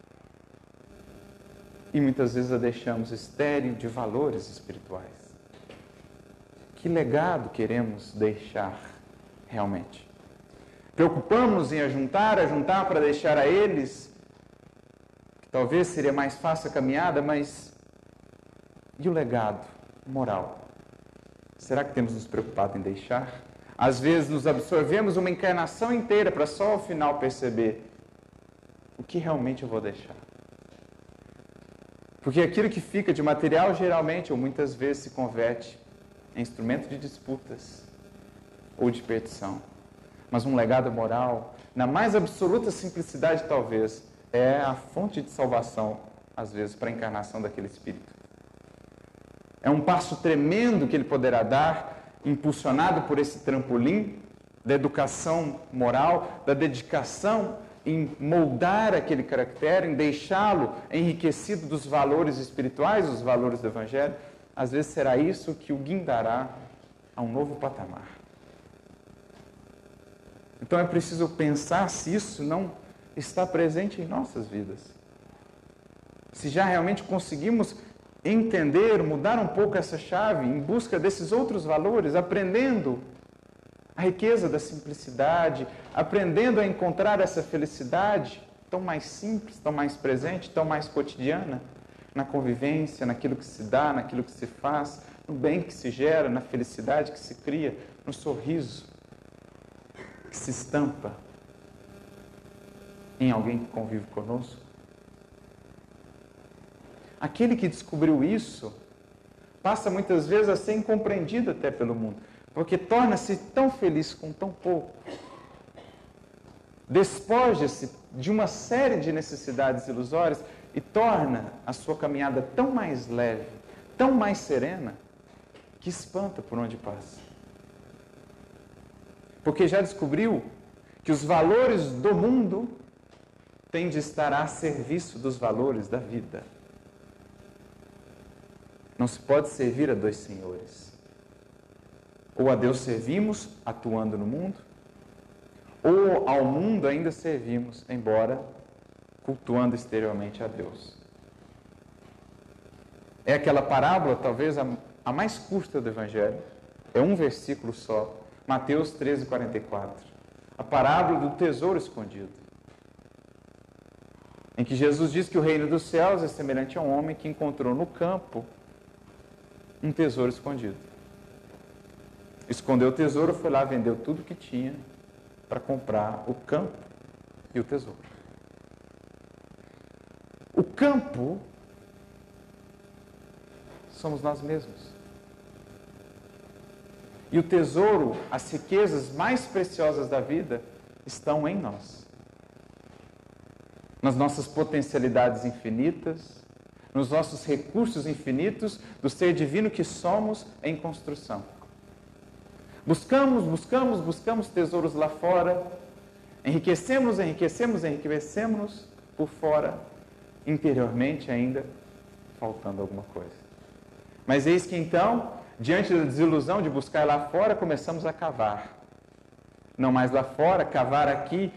e muitas vezes a deixamos estéril de valores espirituais. Que legado queremos deixar realmente? Preocupamos em ajuntar, ajuntar para deixar a eles, que talvez seria mais fácil a caminhada, mas e o legado moral? Será que temos nos preocupado em deixar? Às vezes nos absorvemos uma encarnação inteira para só ao final perceber o que realmente eu vou deixar. Porque aquilo que fica de material geralmente ou muitas vezes se converte em instrumento de disputas ou de perdição. Mas um legado moral, na mais absoluta simplicidade talvez, é a fonte de salvação, às vezes, para a encarnação daquele espírito. É um passo tremendo que ele poderá dar, impulsionado por esse trampolim da educação moral, da dedicação em moldar aquele caractere, em deixá-lo enriquecido dos valores espirituais, dos valores do Evangelho. Às vezes será isso que o guindará a um novo patamar. Então é preciso pensar se isso não está presente em nossas vidas. Se já realmente conseguimos entender, mudar um pouco essa chave em busca desses outros valores, aprendendo a riqueza da simplicidade, aprendendo a encontrar essa felicidade tão mais simples, tão mais presente, tão mais cotidiana, na convivência, naquilo que se dá, naquilo que se faz, no bem que se gera, na felicidade que se cria, no sorriso que se estampa em alguém que convive conosco. Aquele que descobriu isso passa muitas vezes a ser incompreendido até pelo mundo, porque torna-se tão feliz com tão pouco. Despoja-se de uma série de necessidades ilusórias e torna a sua caminhada tão mais leve, tão mais serena, que espanta por onde passa. Porque já descobriu que os valores do mundo têm de estar a serviço dos valores da vida. Não se pode servir a dois senhores. Ou a Deus servimos, atuando no mundo, ou ao mundo ainda servimos, embora cultuando exteriormente a Deus. É aquela parábola, talvez a, a mais curta do Evangelho, é um versículo só, Mateus treze, quarenta e quatro. A parábola do tesouro escondido, em que Jesus diz que o reino dos céus é semelhante a um homem que encontrou no campo um tesouro escondido. Escondeu o tesouro, foi lá, vendeu tudo que tinha para comprar o campo e o tesouro. O campo somos nós mesmos. E o tesouro, as riquezas mais preciosas da vida, estão em nós. Nas nossas potencialidades infinitas, nos nossos recursos infinitos do ser divino que somos em construção. Buscamos, buscamos, buscamos tesouros lá fora, enriquecemos, enriquecemos, enriquecemos por fora, interiormente ainda faltando alguma coisa. Mas eis que então, diante da desilusão de buscar lá fora, começamos a cavar. Não mais lá fora, cavar aqui,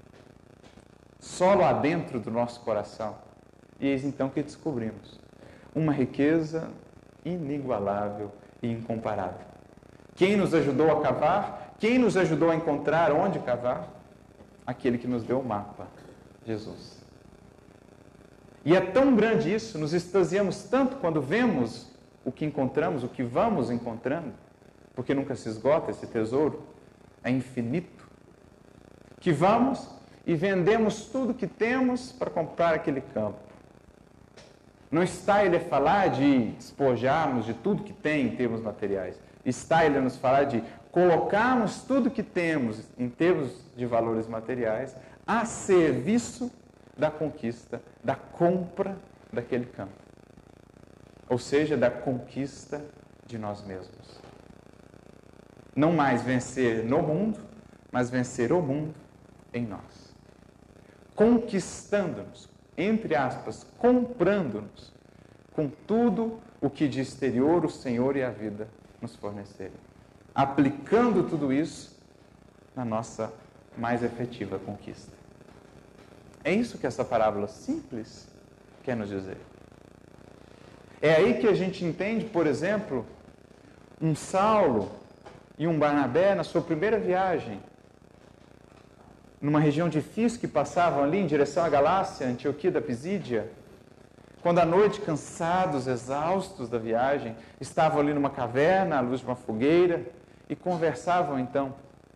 solo adentro do nosso coração. E eis então que descobrimos uma riqueza inigualável e incomparável. Quem nos ajudou a cavar? Quem nos ajudou a encontrar onde cavar? Aquele que nos deu o mapa, Jesus. E é tão grande isso, nos extasiamos tanto quando vemos o que encontramos, o que vamos encontrando, porque nunca se esgota esse tesouro, é infinito, que vamos e vendemos tudo que temos para comprar aquele campo. Não está ele a falar de despojarmos de tudo que tem em termos materiais. está ele a nos falar de colocarmos tudo que temos em termos de valores materiais a serviço da conquista, da compra daquele campo. Ou seja, da conquista de nós mesmos. Não mais vencer no mundo, mas vencer o mundo em nós. Conquistando-nos, entre aspas, comprando-nos com tudo o que de exterior o Senhor e a vida nos fornecerem. Aplicando tudo isso na nossa mais efetiva conquista. É isso que essa parábola simples quer nos dizer. É aí que a gente entende, por exemplo, um Saulo e um Barnabé na sua primeira viagem, numa região difícil que passavam ali em direção à Galácia, Antioquia da Pisídia, quando à noite, cansados, exaustos da viagem, estavam ali numa caverna, à luz de uma fogueira, e conversavam então.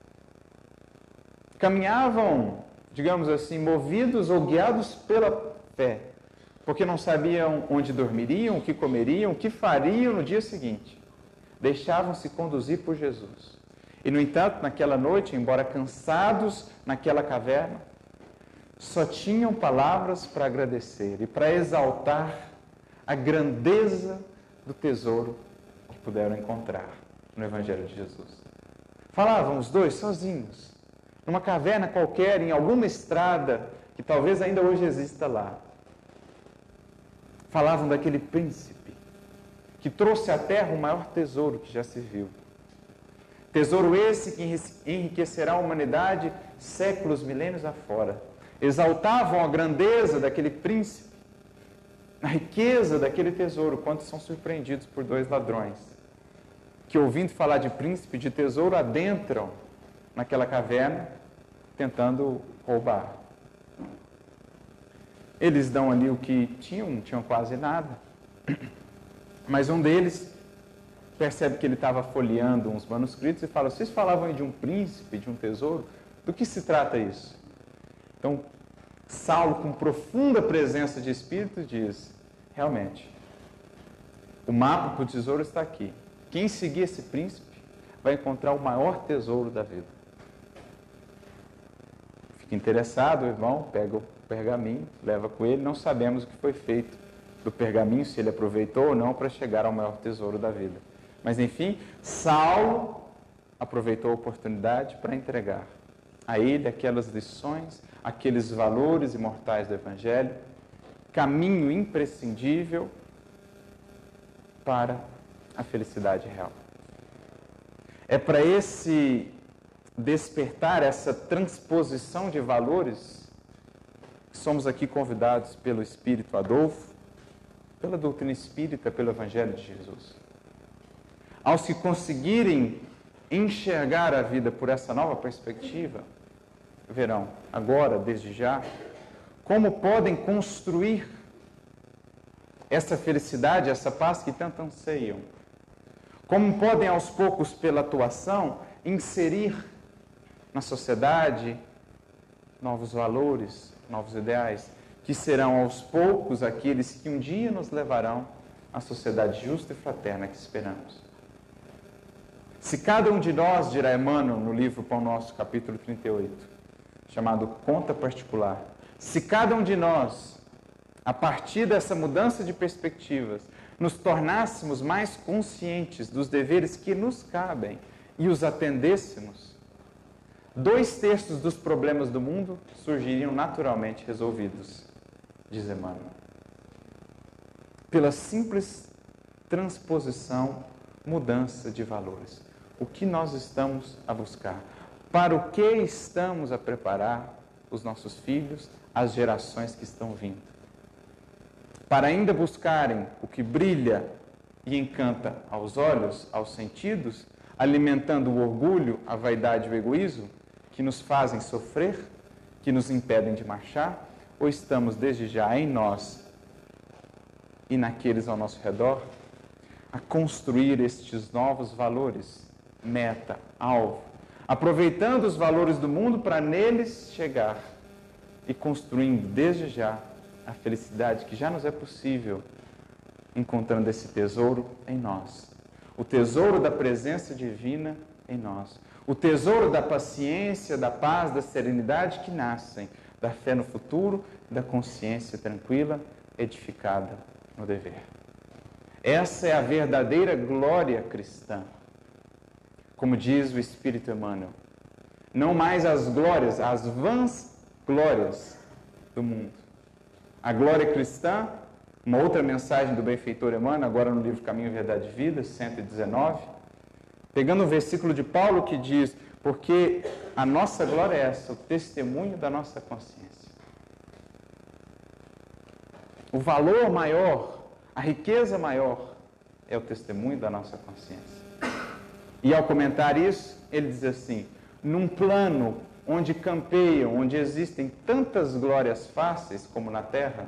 Caminhavam, digamos assim, movidos ou guiados pela fé, porque não sabiam onde dormiriam, o que comeriam, o que fariam no dia seguinte. Deixavam-se conduzir por Jesus. E, no entanto, naquela noite, embora cansados naquela caverna, só tinham palavras para agradecer e para exaltar a grandeza do tesouro que puderam encontrar no Evangelho de Jesus. Falavam os dois sozinhos, numa caverna qualquer, em alguma estrada que talvez ainda hoje exista lá. Falavam daquele príncipe que trouxe à terra o maior tesouro que já se viu. Tesouro esse que enriquecerá a humanidade séculos, milênios afora. Exaltavam a grandeza daquele príncipe, a riqueza daquele tesouro, quando são surpreendidos por dois ladrões, que, ouvindo falar de príncipe, de tesouro, adentram naquela caverna, tentando roubar. Eles dão ali o que tinham, não tinham quase nada, mas um deles percebe que ele estava folheando uns manuscritos e fala: vocês falavam aí de um príncipe, de um tesouro? Do que se trata isso? Então, Saulo, com profunda presença de espírito, diz: realmente, o mapa para o tesouro está aqui. Quem seguir esse príncipe vai encontrar o maior tesouro da vida. Fica interessado, o irmão pega o pergaminho, leva com ele. Não sabemos o que foi feito do pergaminho, se ele aproveitou ou não para chegar ao maior tesouro da vida. Mas, enfim, Saulo aproveitou a oportunidade para entregar a ele aquelas lições, aqueles valores imortais do Evangelho, caminho imprescindível para a felicidade real. É para esse despertar, essa transposição de valores, que somos aqui convidados pelo Espírito Adolfo, pela doutrina espírita, pelo Evangelho de Jesus. Ao se conseguirem enxergar a vida por essa nova perspectiva, verão, agora, desde já, como podem construir essa felicidade, essa paz que tanto anseiam. Como podem, aos poucos, pela atuação, inserir na sociedade novos valores, novos ideais, que serão, aos poucos, aqueles que um dia nos levarão à sociedade justa e fraterna que esperamos. Se cada um de nós, dirá Emmanuel no livro Pão Nosso, capítulo trinta e oito, chamado Conta Particular, se cada um de nós, a partir dessa mudança de perspectivas, nos tornássemos mais conscientes dos deveres que nos cabem e os atendêssemos, dois terços dos problemas do mundo surgiriam naturalmente resolvidos, diz Emmanuel. Pela simples transposição, mudança de valores. O que nós estamos a buscar? Para o que estamos a preparar os nossos filhos, as gerações que estão vindo? Para ainda buscarem o que brilha e encanta aos olhos, aos sentidos, alimentando o orgulho, a vaidade e o egoísmo, que nos fazem sofrer, que nos impedem de marchar, ou estamos desde já em nós e naqueles ao nosso redor a construir estes novos valores, meta, alvo, aproveitando os valores do mundo para neles chegar e construindo desde já a felicidade que já nos é possível, encontrando esse tesouro em nós. o tesouro da presença divina em nós, o tesouro da paciência, da paz, da serenidade que nascem da fé no futuro, da consciência tranquila, edificada no dever. Essa é a verdadeira glória cristã. Como diz o Espírito Emmanuel, não mais as glórias, as vãs glórias do mundo. A glória cristã, uma outra mensagem do benfeitor Emmanuel, agora no livro Caminho, Verdade e Vida, cento e dezenove, pegando o versículo de Paulo que diz, porque a nossa glória é essa, o testemunho da nossa consciência. O valor maior, a riqueza maior é o testemunho da nossa consciência. E ao comentar isso, ele diz assim, num plano onde campeiam, onde existem tantas glórias fáceis como na terra,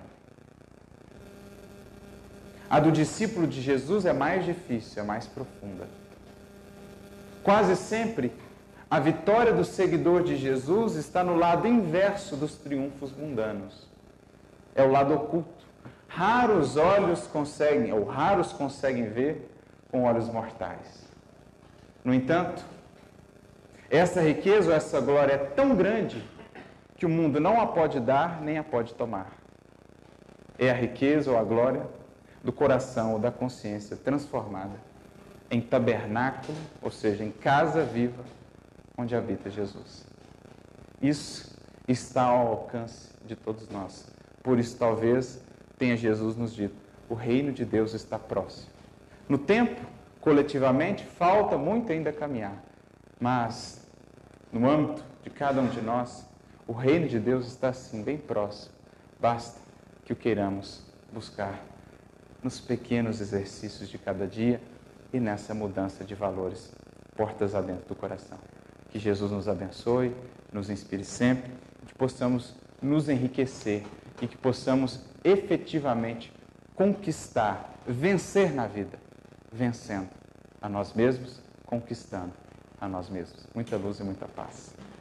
a do discípulo de Jesus é mais difícil, é mais profunda. Quase sempre, a vitória do seguidor de Jesus está no lado inverso dos triunfos mundanos. É o lado oculto. Raros olhos conseguem, ou raros conseguem ver com olhos mortais. No entanto, essa riqueza ou essa glória é tão grande que o mundo não a pode dar nem a pode tomar. É a riqueza ou a glória do coração ou da consciência transformada em tabernáculo, ou seja, em casa viva, onde habita Jesus. Isso está ao alcance de todos nós. Por isso, talvez, tenha Jesus nos dito, o reino de Deus está próximo. No tempo, coletivamente, falta muito ainda caminhar, mas no âmbito de cada um de nós, o reino de Deus está sim bem próximo. Basta que o queiramos buscar nos pequenos exercícios de cada dia e nessa mudança de valores, portas adentro do coração. Que Jesus nos abençoe, nos inspire sempre, que possamos nos enriquecer e que possamos efetivamente conquistar, vencer na vida, vencendo a nós mesmos, conquistando a nós mesmos. Muita luz e muita paz.